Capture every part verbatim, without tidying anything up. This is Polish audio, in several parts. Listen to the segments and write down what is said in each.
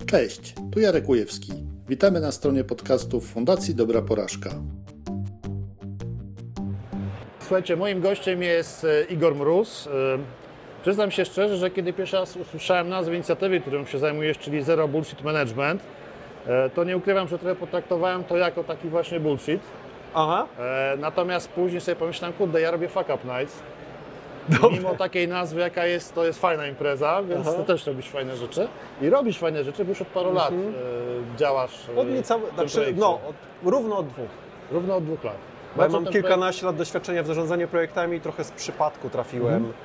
Cześć, tu Jarek Ujewski. Witamy na stronie podcastów Fundacji Dobra Porażka. Słuchajcie, moim gościem jest Igor Mróz. Przyznam się szczerze, że kiedy pierwszy raz usłyszałem nazwę inicjatywy, którą się zajmujesz, czyli Zero Bullshit Management, to nie ukrywam, że trochę potraktowałem to jako taki właśnie bullshit. Aha. Natomiast później sobie pomyślałem, kurde, ja robię fuck up nights. Mimo takiej nazwy, jaka jest, to jest fajna impreza, więc Aha. ty też robisz fajne rzeczy. I robisz fajne rzeczy, bo już od paru mhm. lat y, działasz Od niecałe, znaczy, no, od, równo od dwóch. Równo od dwóch lat. Bo ja mam kilkanaście projekt... lat doświadczenia w zarządzaniu projektami i trochę z przypadku trafiłem mhm.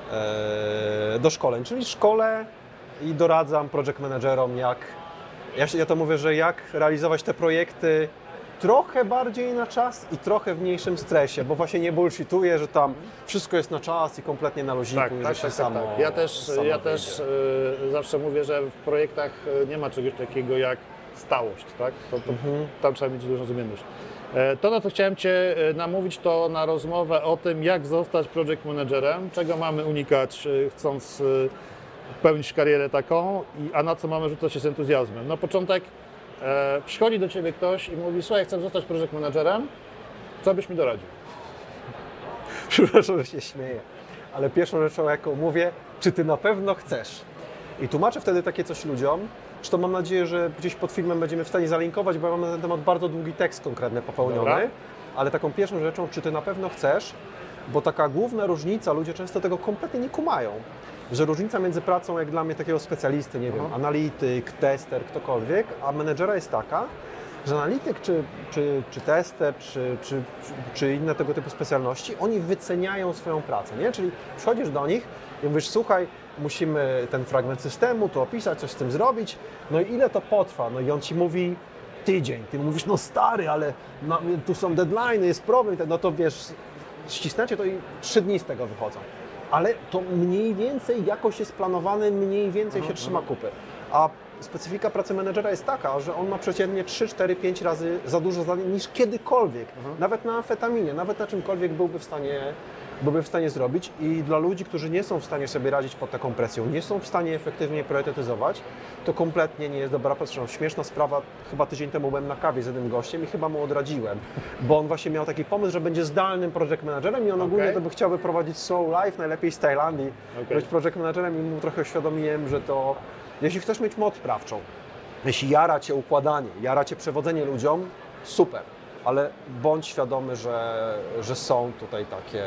e, do szkoleń. Czyli szkole i doradzam project managerom, jak, ja, ja to mówię, że jak realizować te projekty trochę bardziej na czas i trochę w mniejszym stresie, bo właśnie nie bullshituję, że tam wszystko jest na czas i kompletnie na luziku, tak, i tak, że się tak, samo tak. Ja też, ja też y, zawsze mówię, że w projektach nie ma czegoś takiego jak stałość, tak? To, to, mhm. Tam trzeba mieć dużą zmienność. To, na co chciałem Cię namówić, to na rozmowę o tym, jak zostać project managerem, czego mamy unikać, chcąc pełnić karierę taką, a na co mamy rzucać się z entuzjazmem. Na początek e, przychodzi do Ciebie ktoś i mówi: słuchaj, chcę zostać project managerem, co byś mi doradził? Przepraszam, że się śmieję, ale pierwszą rzeczą, jaką mówię, czy Ty na pewno chcesz? I tłumaczę wtedy takie coś ludziom, zresztą mam nadzieję, że gdzieś pod filmem będziemy w stanie zalinkować, bo ja mam na ten temat bardzo długi tekst konkretny popełniony. Dobra. Ale taką pierwszą rzeczą, czy Ty na pewno chcesz, bo taka główna różnica, ludzie często tego kompletnie nie kumają, że różnica między pracą, jak dla mnie takiego specjalisty, nie wiem, analityk, tester, ktokolwiek, a menedżera jest taka, że analityk czy, czy, czy tester, czy, czy, czy inne tego typu specjalności, oni wyceniają swoją pracę, nie? Czyli przychodzisz do nich i mówisz: słuchaj, musimy ten fragment systemu tu opisać, coś z tym zrobić, no i ile to potrwa? No i on Ci mówi tydzień, Ty mówisz: no stary, ale no, tu są deadline'y, jest problem, no to wiesz, ścisnęcie to i trzy dni z tego wychodzą. Ale to mniej więcej jakoś jest planowane, mniej więcej się trzyma kupy. A specyfika pracy menedżera jest taka, że on ma przeciętnie trzy, cztery, pięć razy za dużo zadań niż kiedykolwiek. Mhm. Nawet na amfetaminie, nawet na czymkolwiek byłby w stanie, byłby w stanie zrobić. I dla ludzi, którzy nie są w stanie sobie radzić pod taką presją, nie są w stanie efektywnie priorytetyzować, to kompletnie nie jest dobra praca. Śmieszna sprawa, chyba tydzień temu byłem na kawie z jednym gościem i chyba mu odradziłem, bo on właśnie miał taki pomysł, że będzie zdalnym project managerem i on okay. ogólnie to by chciał wyprowadzić slow life, najlepiej z Tajlandii, okay. być project managerem, i mu trochę uświadomiłem, że to, jeśli chcesz mieć moc sprawczą, jeśli jara Cię układanie, jara Cię przewodzenie ludziom, super, ale bądź świadomy, że, że są tutaj takie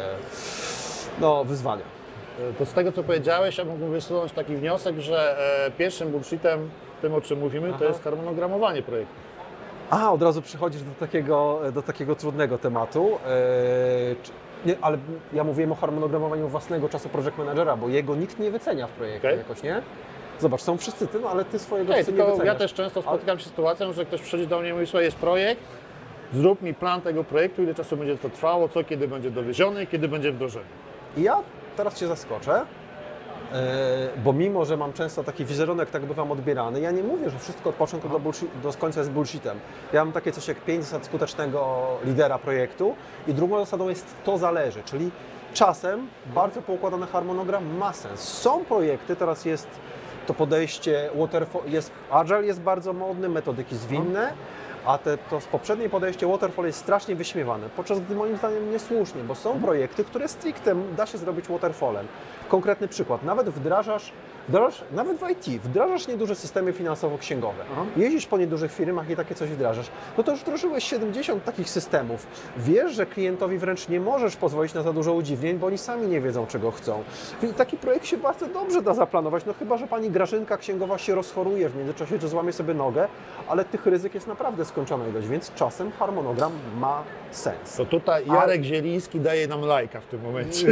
no, wyzwania. To z tego, co powiedziałeś, ja mógłbym wysunąć taki wniosek, że e, pierwszym bullshitem, tym, o czym mówimy, Aha. to jest harmonogramowanie projektu. A, od razu przychodzisz do takiego, do takiego trudnego tematu. Yy, czy, nie, ale ja mówiłem o harmonogramowaniu własnego czasu project managera, bo jego nikt nie wycenia w projekcie okay. jakoś, nie? Zobacz, są wszyscy tym, ale Ty swojego Ej, czasu nie wyceniasz. Ja też często spotykam się z sytuacją, że ktoś przychodzi do mnie i mówi: słuchaj, jest projekt, zrób mi plan tego projektu, ile czasu będzie to trwało, co kiedy będzie dowieziony i kiedy będzie wdrożenie. I ja teraz Cię zaskoczę, yy, bo mimo, że mam często taki wizerunek, tak bywam odbierany, ja nie mówię, że wszystko od początku do, do końca jest bullshitem. Ja mam takie coś jak pięć zasad skutecznego lidera projektu i drugą zasadą jest to zależy, czyli czasem bardzo poukładany harmonogram ma sens. Są projekty, teraz jest to podejście waterfall, jest, agile jest bardzo modny, metodyki zwinne, a te, to poprzednie podejście waterfall jest strasznie wyśmiewane, podczas gdy moim zdaniem niesłusznie, bo są projekty, które stricte da się zrobić waterfallem. Konkretny przykład, nawet wdrażasz, wdrażasz nawet w I T, wdrażasz nieduże systemy finansowo-księgowe, Aha. jeździsz po niedużych firmach i takie coś wdrażasz, no to już wdrożyłeś siedemdziesiąt takich systemów. Wiesz, że klientowi wręcz nie możesz pozwolić na za dużo udziwnień, bo oni sami nie wiedzą, czego chcą. I taki projekt się bardzo dobrze da zaplanować, no chyba że pani Grażynka księgowa się rozchoruje w międzyczasie, czy złamie sobie nogę, ale tych ryzyk jest naprawdę skończona ilość, więc czasem harmonogram ma sens. To tutaj Jarek A... Zieliński daje nam lajka w tym momencie.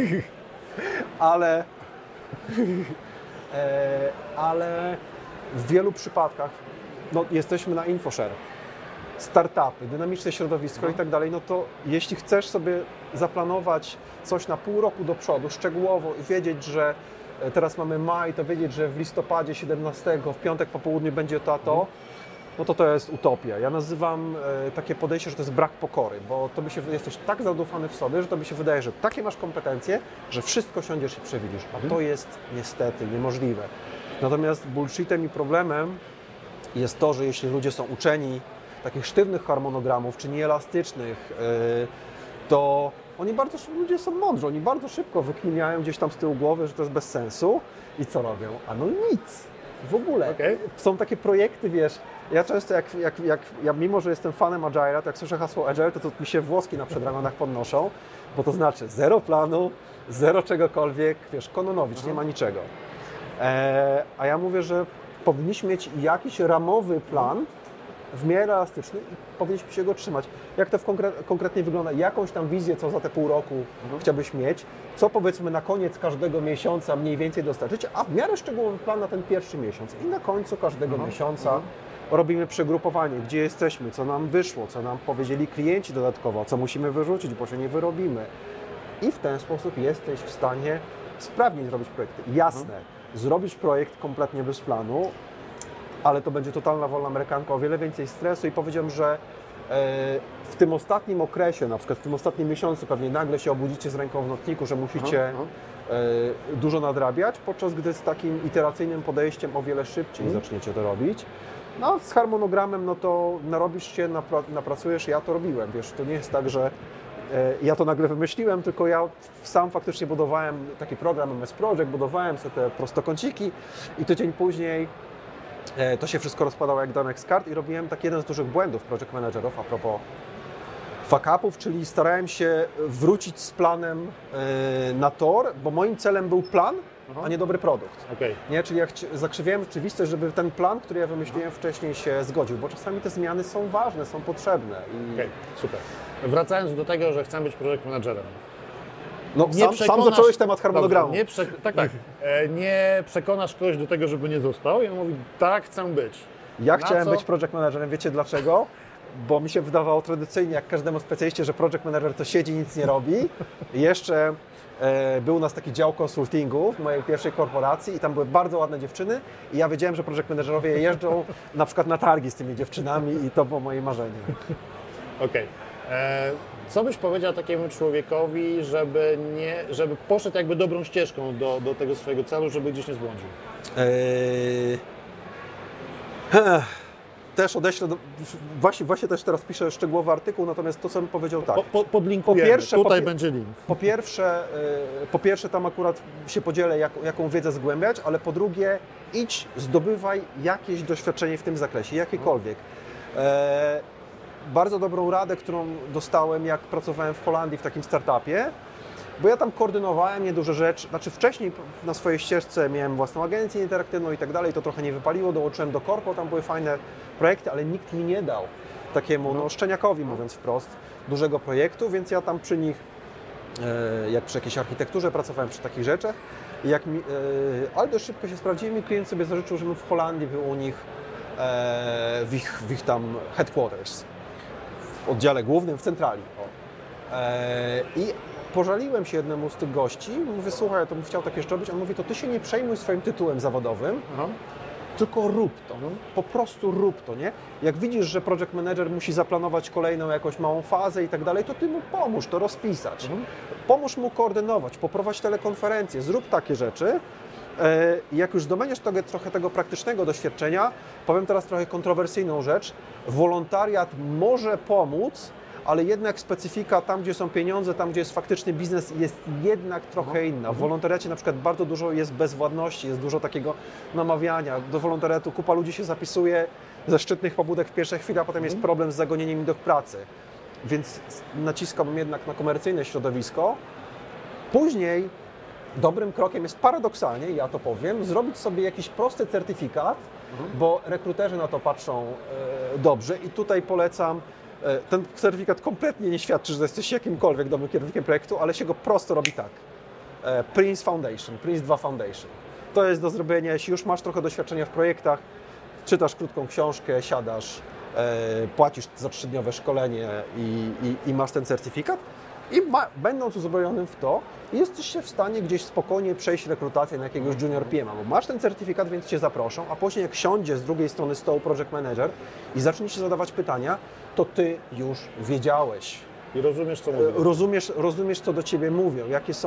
ale, e, ale w wielu przypadkach no, jesteśmy na InfoShare, startupy, dynamiczne środowisko no. i tak dalej, no to jeśli chcesz sobie zaplanować coś na pół roku do przodu, szczegółowo i wiedzieć, że teraz mamy maj, to wiedzieć, że w listopadzie siedemnastego, w piątek po południu będzie to, a to, no to to jest utopia. Ja nazywam e, takie podejście, że to jest brak pokory, bo to by się, jesteś tak zadufany w sobie, że to by się wydaje, że takie masz kompetencje, że wszystko siądziesz i przewidzisz, a to jest niestety niemożliwe. Natomiast bullshitem i problemem jest to, że jeśli ludzie są uczeni takich sztywnych harmonogramów, czy nieelastycznych, yy, to oni bardzo, ludzie są mądrzy, oni bardzo szybko wykminiają gdzieś tam z tyłu głowy, że to jest bez sensu i co robią? A no nic, w ogóle. Okay. Są takie projekty, wiesz, ja często jak, jak, jak ja mimo, że jestem fanem Agile'a, to jak słyszę hasło Agile, to, to mi się włoski na przedramionach podnoszą, bo to znaczy zero planu, zero czegokolwiek, wiesz, Kononowicz, nie ma niczego. E, a ja mówię, że powinniśmy mieć jakiś ramowy plan, w miarę elastyczny i powinniśmy się go trzymać. Jak to w konkre- konkretnie wygląda? Jakąś tam wizję, co za te pół roku mhm. chciałbyś mieć, co powiedzmy na koniec każdego miesiąca mniej więcej dostarczyć, a w miarę szczegółowy plan na ten pierwszy miesiąc. I na końcu każdego mhm. miesiąca mhm. robimy przegrupowanie, gdzie jesteśmy, co nam wyszło, co nam powiedzieli klienci dodatkowo, co musimy wyrzucić, bo się nie wyrobimy. I w ten sposób jesteś w stanie sprawniej zrobić projekty. Jasne, mhm. zrobić projekt kompletnie bez planu, ale to będzie totalna wolna amerykanka, o wiele więcej stresu i powiedziałem, że w tym ostatnim okresie, na przykład w tym ostatnim miesiącu pewnie nagle się obudzicie z ręką w notniku, że musicie aha, aha. dużo nadrabiać, podczas gdy z takim iteracyjnym podejściem o wiele szybciej hmm. zaczniecie to robić. No z harmonogramem, no to narobisz się, napra napracujesz, ja to robiłem, wiesz, to nie jest tak, że ja to nagle wymyśliłem, tylko ja sam faktycznie budowałem taki program M S Project, budowałem sobie te prostokąciki i tydzień później to się wszystko rozpadało jak domek z kart i robiłem taki jeden z dużych błędów project managerów a propos fuck-upów, czyli starałem się wrócić z planem na tor, bo moim celem był plan, aha. a nie dobry produkt. Okay. Nie? Czyli jak zakrzywiałem rzeczywistość, żeby ten plan, który ja wymyśliłem wcześniej się zgodził, bo czasami te zmiany są ważne, są potrzebne. I... Okay. Super. Wracając do tego, że chcę być project managerem. No, sam, sam zacząłeś temat harmonogramu. Dobrze, nie prze... Tak, tak. E, nie przekonasz kogoś do tego, żeby nie został i on mówi, tak, chcę być. Ja Na chciałem co? być project managerem, wiecie dlaczego? Bo mi się wydawało tradycyjnie, jak każdemu specjaliście, że project manager to siedzi, nic nie robi. I jeszcze e, był u nas taki dział konsultingu w mojej pierwszej korporacji i tam były bardzo ładne dziewczyny i ja wiedziałem, że project managerowie jeżdżą na przykład na targi z tymi dziewczynami i to było moje marzenie. Okej. Okay. Co byś powiedział takiemu człowiekowi, żeby, nie, żeby poszedł jakby dobrą ścieżką do, do tego swojego celu, żeby gdzieś nie zbłądził? Eee... Też odeślę, do... właśnie, właśnie też teraz piszę szczegółowy artykuł, natomiast to, co bym powiedział tak. Po, po, podlinkujemy, po pierwsze, tutaj po, będzie link. Po pierwsze, yy, po pierwsze tam akurat się podzielę, jak, jaką wiedzę zgłębiać, ale po drugie idź, zdobywaj jakieś doświadczenie w tym zakresie, jakiekolwiek. Eee... Bardzo dobrą radę, którą dostałem, jak pracowałem w Holandii w takim startupie, bo ja tam koordynowałem nieduże rzeczy, znaczy wcześniej na swojej ścieżce miałem własną agencję interaktywną i tak dalej, to trochę nie wypaliło, dołączyłem do korpo, tam były fajne projekty, ale nikt mi nie dał takiemu, no szczeniakowi mówiąc wprost, dużego projektu, więc ja tam przy nich, jak przy jakiejś architekturze pracowałem przy takich rzeczach, jak mi, ale dość szybko się sprawdziłem i klient sobie zażyczył, żebym w Holandii był u nich w ich, w ich tam headquarters. W oddziale głównym w centrali. Eee, I pożaliłem się jednemu z tych gości, mówię, słuchaj, ja to bym chciał tak jeszcze robić, on mówi, to ty się nie przejmuj swoim tytułem zawodowym, aha. tylko rób to, no. po prostu rób to, nie? Jak widzisz, że project manager musi zaplanować kolejną jakąś małą fazę i tak dalej, to ty mu pomóż to rozpisać, mhm. pomóż mu koordynować, poprowadź telekonferencje, zrób takie rzeczy. Jak już zdobędziesz trochę tego praktycznego doświadczenia, powiem teraz trochę kontrowersyjną rzecz, wolontariat może pomóc, ale jednak specyfika tam, gdzie są pieniądze, tam, gdzie jest faktyczny biznes, jest jednak trochę inna. W wolontariacie na przykład bardzo dużo jest bezwładności, jest dużo takiego namawiania. Do wolontariatu kupa ludzi się zapisuje ze szczytnych pobudek w pierwszej chwili, a potem jest problem z zagonieniem ich do pracy. Więc naciskałbym jednak na komercyjne środowisko. Później dobrym krokiem jest paradoksalnie, ja to powiem, zrobić sobie jakiś prosty certyfikat, mhm. bo rekruterzy na to patrzą e, dobrze i tutaj polecam, e, ten certyfikat kompletnie nie świadczy, że jesteś jakimkolwiek dobrym kierownikiem projektu, ale się go prosto robi tak. E, Prince Foundation, Prince dwa Foundation. To jest do zrobienia, jeśli już masz trochę doświadczenia w projektach, czytasz krótką książkę, siadasz, e, płacisz za trzydniowe szkolenie i, i, i masz ten certyfikat. I ma, będąc uzbrojonym w to, jesteś się w stanie gdzieś spokojnie przejść rekrutację na jakiegoś junior P M a, bo masz ten certyfikat, więc Cię zaproszą, a później jak siądzie z drugiej strony stołu project manager i zacznie Ci zadawać pytania, to Ty już wiedziałeś. I rozumiesz, co mówią. Rozumiesz, rozumiesz, co do Ciebie mówią, jakie są,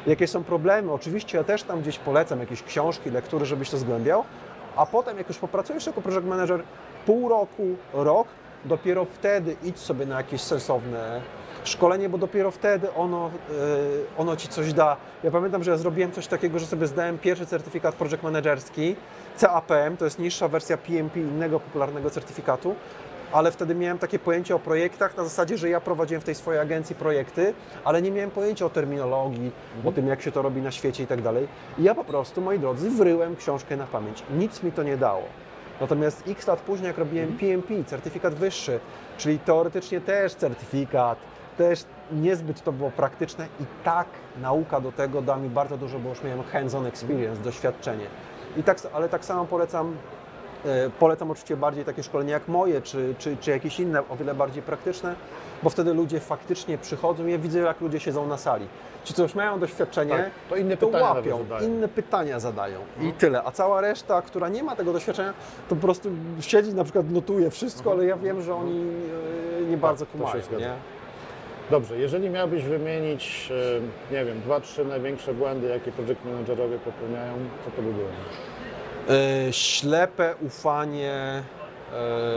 jakie są problemy. Oczywiście ja też tam gdzieś polecam jakieś książki, lektury, żebyś to zgłębiał, a potem jak już popracujesz jako project manager pół roku, rok, dopiero wtedy idź sobie na jakieś sensowne szkolenie, bo dopiero wtedy ono, yy, ono Ci coś da. Ja pamiętam, że ja zrobiłem coś takiego, że sobie zdałem pierwszy certyfikat project managerski, C A P M, to jest niższa wersja P M P, innego popularnego certyfikatu, ale wtedy miałem takie pojęcie o projektach na zasadzie, że ja prowadziłem w tej swojej agencji projekty, ale nie miałem pojęcia o terminologii, mhm. o tym, jak się to robi na świecie i tak dalej. I ja po prostu, moi drodzy, wryłem książkę na pamięć. Nic mi to nie dało. Natomiast x lat później, jak robiłem mhm. P M P, certyfikat wyższy, czyli teoretycznie też certyfikat, też niezbyt to było praktyczne i tak nauka do tego da mi bardzo dużo, bo już miałem hands-on experience, doświadczenie. I tak, ale tak samo polecam, e, polecam oczywiście bardziej takie szkolenia jak moje, czy, czy, czy jakieś inne, o wiele bardziej praktyczne, bo wtedy ludzie faktycznie przychodzą i ja widzę, jak ludzie siedzą na sali. Ci, co już mają doświadczenie, tak, to inne to pytania łapią, zadają. inne pytania zadają i mhm. tyle. A cała reszta, która nie ma tego doświadczenia, to po prostu siedzi, na przykład notuje wszystko, mhm. ale ja wiem, że oni e, nie tak, bardzo kumają, nie? Dobrze, jeżeli miałbyś wymienić, nie wiem, dwa, trzy największe błędy, jakie project managerowie popełniają, co to by było? Yy, ślepe ufanie yy,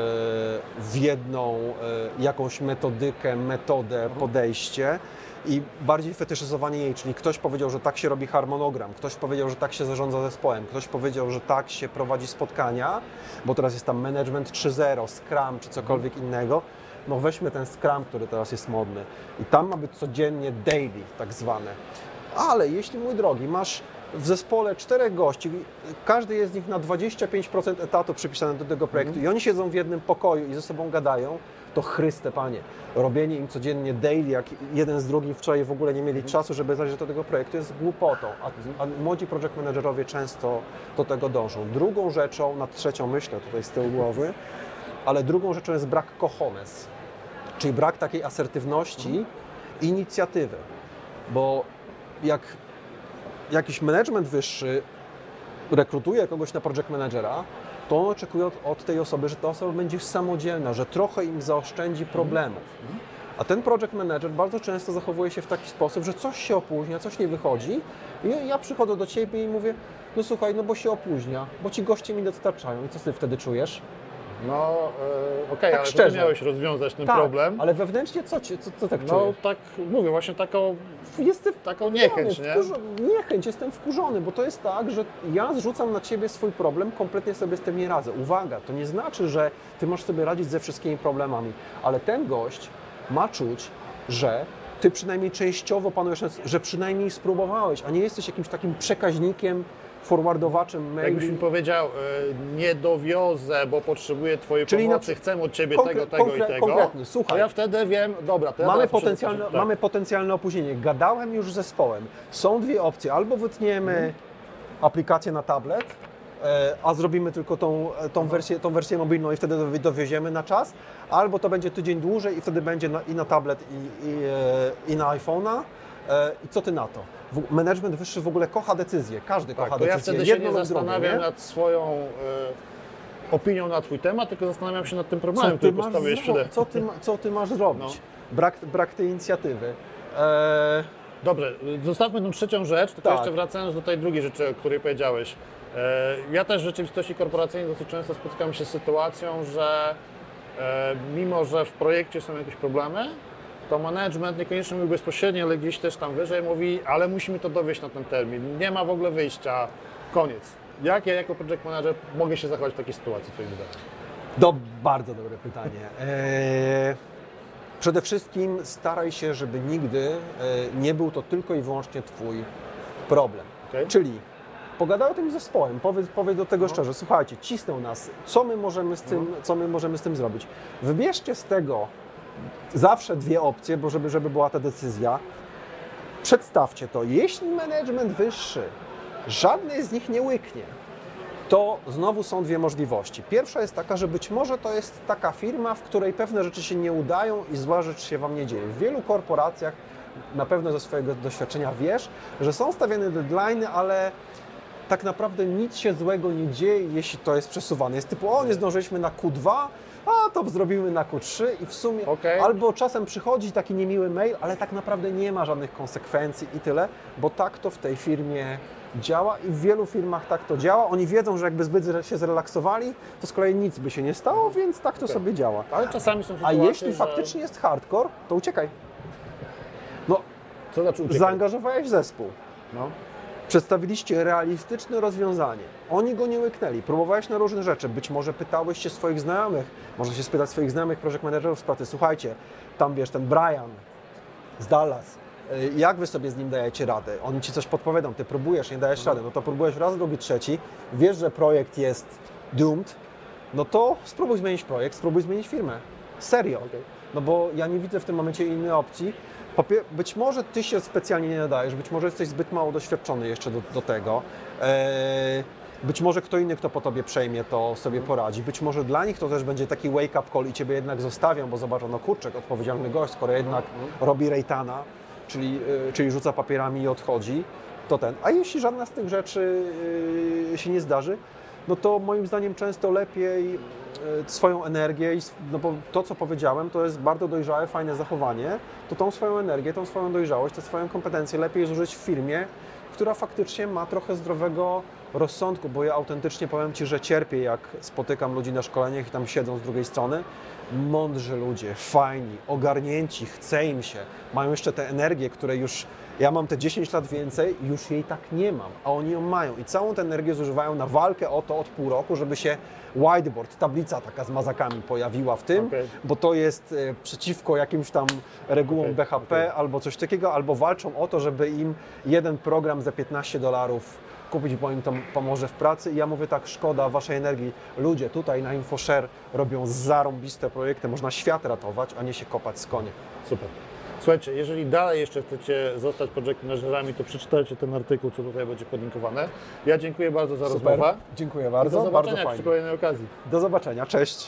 w jedną yy, jakąś metodykę, metodę, mhm. podejście i bardziej fetyszyzowanie jej, czyli ktoś powiedział, że tak się robi harmonogram, ktoś powiedział, że tak się zarządza zespołem, ktoś powiedział, że tak się prowadzi spotkania, bo teraz jest tam management trzy zero, Scrum czy cokolwiek mhm. innego. No weźmy ten Scrum, który teraz jest modny i tam ma być codziennie daily tak zwane. Ale jeśli, mój drogi, masz w zespole czterech gości, każdy jest z nich na dwadzieścia pięć procent etatu przypisany do tego projektu mm. i oni siedzą w jednym pokoju i ze sobą gadają, to Chryste Panie, robienie im codziennie daily, jak jeden z drugim wczoraj w ogóle nie mieli mm. czasu, żeby zajrzeć do tego projektu, jest głupotą, a, a młodzi project managerowie często do tego dążą. Drugą rzeczą, nad trzecią myślę tutaj z tyłu głowy, ale drugą rzeczą jest brak cojones, czyli brak takiej asertywności, mhm. inicjatywy, bo jak jakiś management wyższy rekrutuje kogoś na project managera, to on oczekuje od, od tej osoby, że ta osoba będzie samodzielna, że trochę im zaoszczędzi problemów. Mhm. A ten project manager bardzo często zachowuje się w taki sposób, że coś się opóźnia, coś nie wychodzi i ja przychodzę do Ciebie i mówię, no słuchaj, no bo się opóźnia, bo Ci goście mi dostarczają i co Ty wtedy czujesz? No, e, okej, okay, tak ale szczerze. Ty miałeś rozwiązać ten tak, problem. ale wewnętrznie co, ci, co, co tak No czujesz? tak mówię, właśnie taką, jestem taką niechęć, nie? Wkurzo- niechęć, jestem wkurzony, bo to jest tak, że ja zrzucam na Ciebie swój problem, kompletnie sobie z tym nie radzę. Uwaga, to nie znaczy, że Ty możesz sobie radzić ze wszystkimi problemami, ale ten gość ma czuć, że Ty przynajmniej częściowo panujesz, że przynajmniej spróbowałeś, a nie jesteś jakimś takim przekaźnikiem, forwardowaczem maili. Jakbyś mi powiedział, y, nie dowiozę, bo potrzebuję Twojej Czyli pomocy, na... chcę od Ciebie konkre- tego, tego konkre- i tego, konkretnie. Słuchaj, to ja wtedy wiem, dobra, to ja mamy, teraz potencjalne, muszę, tak. mamy potencjalne opóźnienie. Gadałem już z zespołem. Są dwie opcje. Albo wytniemy hmm. aplikację na tablet, e, a zrobimy tylko tą, tą, wersję, tą wersję mobilną i wtedy dowieziemy na czas, albo to będzie tydzień dłużej i wtedy będzie na, i na tablet, i, i, e, i na iPhone'a. E, I co Ty na to? W, management wyższy w ogóle kocha decyzję. Każdy tak, kocha to decyzję. Ja wtedy się Jedną nie zastanawiam drugą, nie? nad swoją y, opinią na Twój temat, tylko zastanawiam się nad tym problemem, który postawiłeś przede. Co ty, ma, co ty masz zrobić? No. Brak, brak tej inicjatywy. E... Dobrze, zostawmy tą trzecią rzecz, tylko tak. jeszcze wracając do tej drugiej rzeczy, o której powiedziałeś. E, ja też w rzeczywistości korporacyjnej dosyć często spotykam się z sytuacją, że e, mimo, że w projekcie są jakieś problemy, to management niekoniecznie mówi bezpośrednio, ale gdzieś też tam wyżej mówi, ale musimy to dowieść na ten termin. Nie ma w ogóle wyjścia, koniec. Jak ja jako project manager mogę się zachować w takiej sytuacji, Twoim zdaniem? Do, bardzo dobre pytanie. Eee, przede wszystkim staraj się, żeby nigdy e, nie był to tylko i wyłącznie Twój problem. Okay. Czyli pogadaj o tym z zespołem, powiedz, powiedz do tego no. szczerze, słuchajcie, cisną nas, co my możemy z tym, no. co my możemy z tym zrobić. Wybierzcie z tego zawsze dwie opcje, bo żeby, żeby była ta decyzja. Przedstawcie to. Jeśli management wyższy żadnej z nich nie łyknie, to znowu są dwie możliwości. Pierwsza jest taka, że być może to jest taka firma, w której pewne rzeczy się nie udają i zła rzecz się Wam nie dzieje. W wielu korporacjach, na pewno ze swojego doświadczenia wiesz, że są stawiane deadline'y, ale tak naprawdę nic się złego nie dzieje, jeśli to jest przesuwane. Jest typu, o, nie zdążyliśmy na Q dwa, a to zrobimy na Q trzy i w sumie, Okay. albo czasem przychodzi taki niemiły mail, ale tak naprawdę nie ma żadnych konsekwencji i tyle, bo tak to w tej firmie działa i w wielu firmach tak to działa. Oni wiedzą, że jakby zbyt się zrelaksowali, to z kolei nic by się nie stało, więc tak to Okay. sobie działa. Ale czasami są A sytuacje, jeśli że... faktycznie jest hardcore, to uciekaj. No, Co znaczy uciekać? zaangażowałeś zespół. No. Przedstawiliście realistyczne rozwiązanie. Oni go nie łyknęli. Próbowałeś na różne rzeczy. Być może pytałeś się swoich znajomych. Można się spytać swoich znajomych project managerów z pracy. Słuchajcie, tam wiesz, ten Brian z Dallas, y, jak wy sobie z nim dajecie radę? Oni ci coś podpowiedzą, ty próbujesz, nie dajesz rady. No to próbujesz raz, drugi, trzeci. Wiesz, że projekt jest doomed. No to spróbuj zmienić projekt, spróbuj zmienić firmę. Serio. Okay. No bo ja nie widzę w tym momencie innej opcji. Być może ty się specjalnie nie nadajesz, być może jesteś zbyt mało doświadczony jeszcze do, do tego. Eee, być może kto inny, kto po tobie przejmie, to sobie poradzi. Być może dla nich to też będzie taki wake-up call i ciebie jednak zostawią, bo zobaczą, no kurczę, odpowiedzialny gość, skoro jednak robi rejtana, czyli, yy, czyli rzuca papierami i odchodzi, to ten. A jeśli żadna z tych rzeczy yy, się nie zdarzy, no to moim zdaniem często lepiej swoją energię i no bo to, co powiedziałem, to jest bardzo dojrzałe, fajne zachowanie, to tą swoją energię, tą swoją dojrzałość, tę swoją kompetencję lepiej zużyć w firmie, która faktycznie ma trochę zdrowego rozsądku, bo ja autentycznie powiem Ci, że cierpię, jak spotykam ludzi na szkoleniach i tam siedzą z drugiej strony. Mądrzy ludzie, fajni, ogarnięci, chce im się, mają jeszcze tę energię, której już ja mam te dziesięć lat więcej, już jej tak nie mam, a oni ją mają i całą tę energię zużywają na walkę o to od pół roku, żeby się whiteboard, tablica taka z mazakami pojawiła w tym, Okay. bo to jest y, przeciwko jakimś tam regułom Okay. B H P Okay. albo coś takiego, albo walczą o to, żeby im jeden program za piętnaście dolarów kupić, bo im to pomoże w pracy i ja mówię tak, szkoda Waszej energii. Ludzie tutaj na InfoShare robią zarąbiste projekty, można świat ratować, a nie się kopać z koniem. Super. Słuchajcie, jeżeli dalej jeszcze chcecie zostać project managerami, to przeczytajcie ten artykuł, co tutaj będzie podlinkowane. Ja dziękuję bardzo za Super, rozmowę. dziękuję I bardzo, do bardzo zobaczenia przy fajnie. kolejnej okazji. Do zobaczenia, cześć.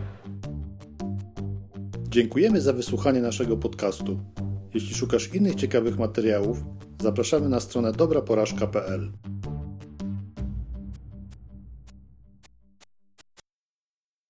Dziękujemy za wysłuchanie naszego podcastu. Jeśli szukasz innych ciekawych materiałów, zapraszamy na stronę dobra porażka kropka p l.